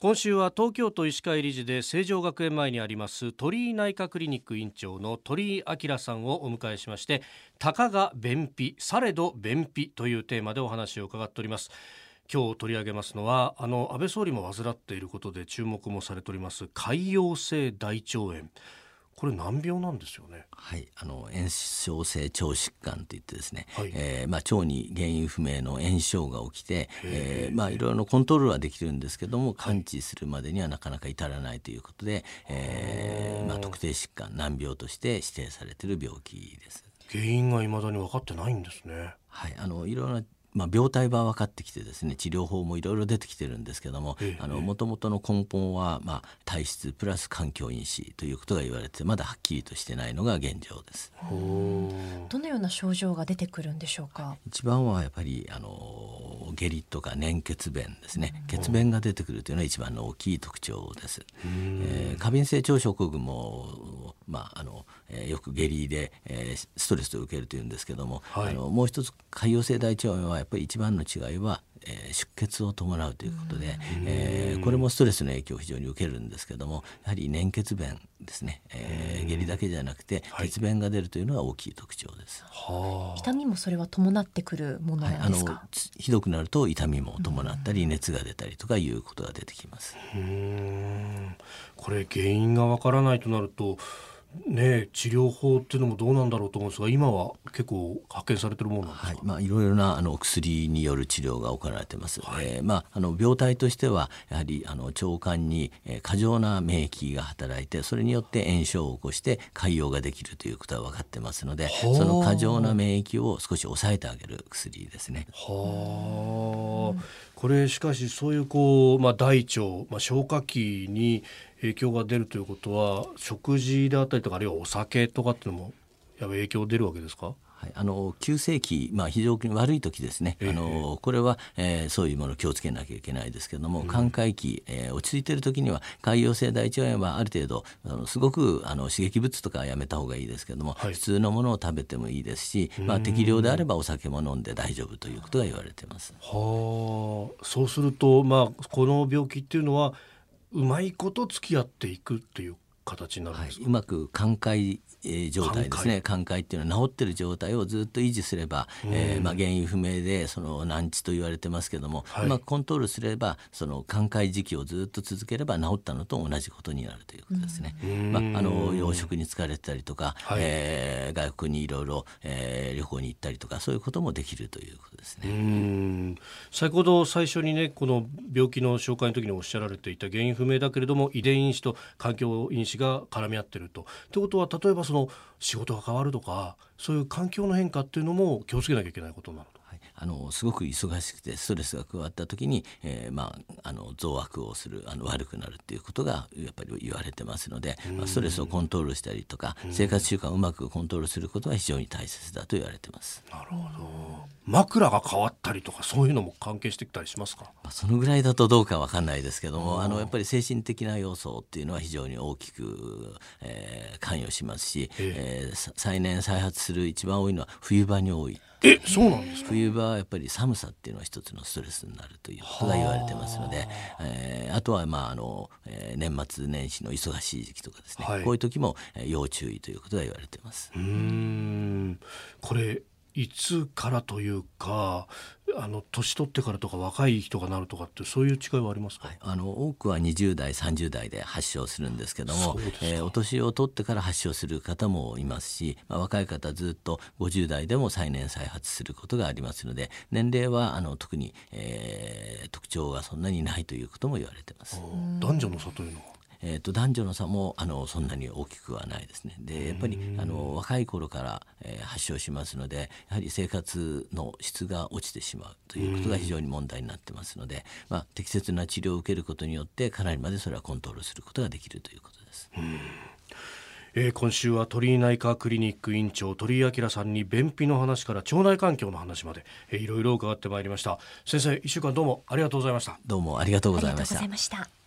今週は東京都医師会理事で成城学園前にあります鳥居内科クリニック院長の鳥居明さんをお迎えしまして、たかが便秘されど便秘というテーマでお話を伺っております。今日取り上げますのは安倍総理も患っていることで注目もされております潰瘍性大腸炎。これ難病なんですよね。 はい、炎症性腸疾患といってですね、 はい。 腸に原因不明の炎症が起きて、いろいろなコントロールはできるんですけども、完治するまでにはなかなか至らないということで、特定疾患難病として指定されている病気です。 原因が未だに分かってないんですね。 はい、いろいろな病態は分かってきてですね、治療法もいろいろ出てきてるんですけども、もともとの根本は、体質プラス環境因子ということが言われて、まだはっきりとしてないのが現状です。 どのような症状が出てくるんでしょうか。 一番はやっぱり下痢とか粘血便ですね。血便が出てくるというのが一番の大きい特徴です。過敏性腸症候群も、よく下痢で、ストレスを受けるというんですけども、もう一つ潰瘍性大腸炎はやっぱり一番の違いは、出血を伴うということで、これもストレスの影響を非常に受けるんですけども、やはり粘血便ですね、下痢だけじゃなくて血便が出るというのが大きい特徴です。 痛みもそれは伴ってくるものなんですか。 ひどくなると痛みも伴ったり、熱が出たりとかいうことが出てきます。 これ原因がわからないとなると治療法っていうのもどうなんだろうと思うんですが、今は結構発見されているものなんですか。 いろいろな薬による治療が行われています。病態としてはやはり腸管に過剰な免疫が働いて、それによって炎症を起こして潰瘍ができるということは分かってますので、その過剰な免疫を少し抑えてあげる薬ですね。 これしかしそういう大腸、消化器に影響が出るということは、食事であったりとか、あるいはお酒とかっていうのもやっぱ影響出るわけですか。 急性期、非常に悪い時ですね、これは、そういうものを気をつけなきゃいけないですけども、寛解期、落ち着いている時には潰瘍性大腸炎はある程度すごく刺激物とかはやめた方がいいですけども、普通のものを食べてもいいですし、適量であればお酒も飲んで大丈夫ということが言われています。 そうすると、この病気っていうのはうまいこと付き合っていくっていう形になるんですか。 うまく寛解状態ですね。寛解っていうのは治ってる状態をずっと維持すれば、原因不明で難治と言われてますけども、うまくコントロールすれば、その寛解時期をずっと続ければ治ったのと同じことになるということですね。養殖に疲れてたりとか、外国にいろいろ旅行に行ったりとか、そういうこともできるということですね。 先ほど最初にこの病気の紹介の時におっしゃられていた、原因不明だけれども遺伝因子と環境因子が絡み合っていると。ということは、例えば仕事が変わるとか、そういう環境の変化っていうのも気をつけなきゃいけないことなのと。 すごく忙しくてストレスが加わった時に、増悪をする、悪くなるっていうことがやっぱり言われてますので、ストレスをコントロールしたりとか、生活習慣をうまくコントロールすることは非常に大切だと言われてます。 なるほど。枕が変わったりとか、そういうのも関係してきたりしますか。 そのぐらいだとどうか分かんないですけども、やっぱり精神的な要素っていうのは非常に大きく、関与しますし、再燃再発する一番多いのは冬場に多い。 そうなんですか。 冬場はやっぱり寒さっていうのは一つのストレスになるということが言われてますので、あとは年末年始の忙しい時期とかですね、こういう時も要注意ということが言われています。 これいつからというか、年取ってからとか若い人がなるとかって、そういう違いはありますか。 多くは20代30代で発症するんですけども、お年を取ってから発症する方もいますし、若い方ずっと50代でも再燃再発することがありますので、年齢は特に、特徴がそんなにないということも言われています。 男女の差というのは。 男女の差もそんなに大きくはないですね。でやっぱり若い頃から、発症しますので、やはり生活の質が落ちてしまうということが非常に問題になってますので、適切な治療を受けることによってかなりまでそれはコントロールすることができるということです。 今週は鳥居内科クリニック院長鳥居明さんに便秘の話から腸内環境の話まで、いろいろ伺ってまいりました。先生、1週間どうもありがとうございました。 どうもありがとうございました。 ありがとうございました。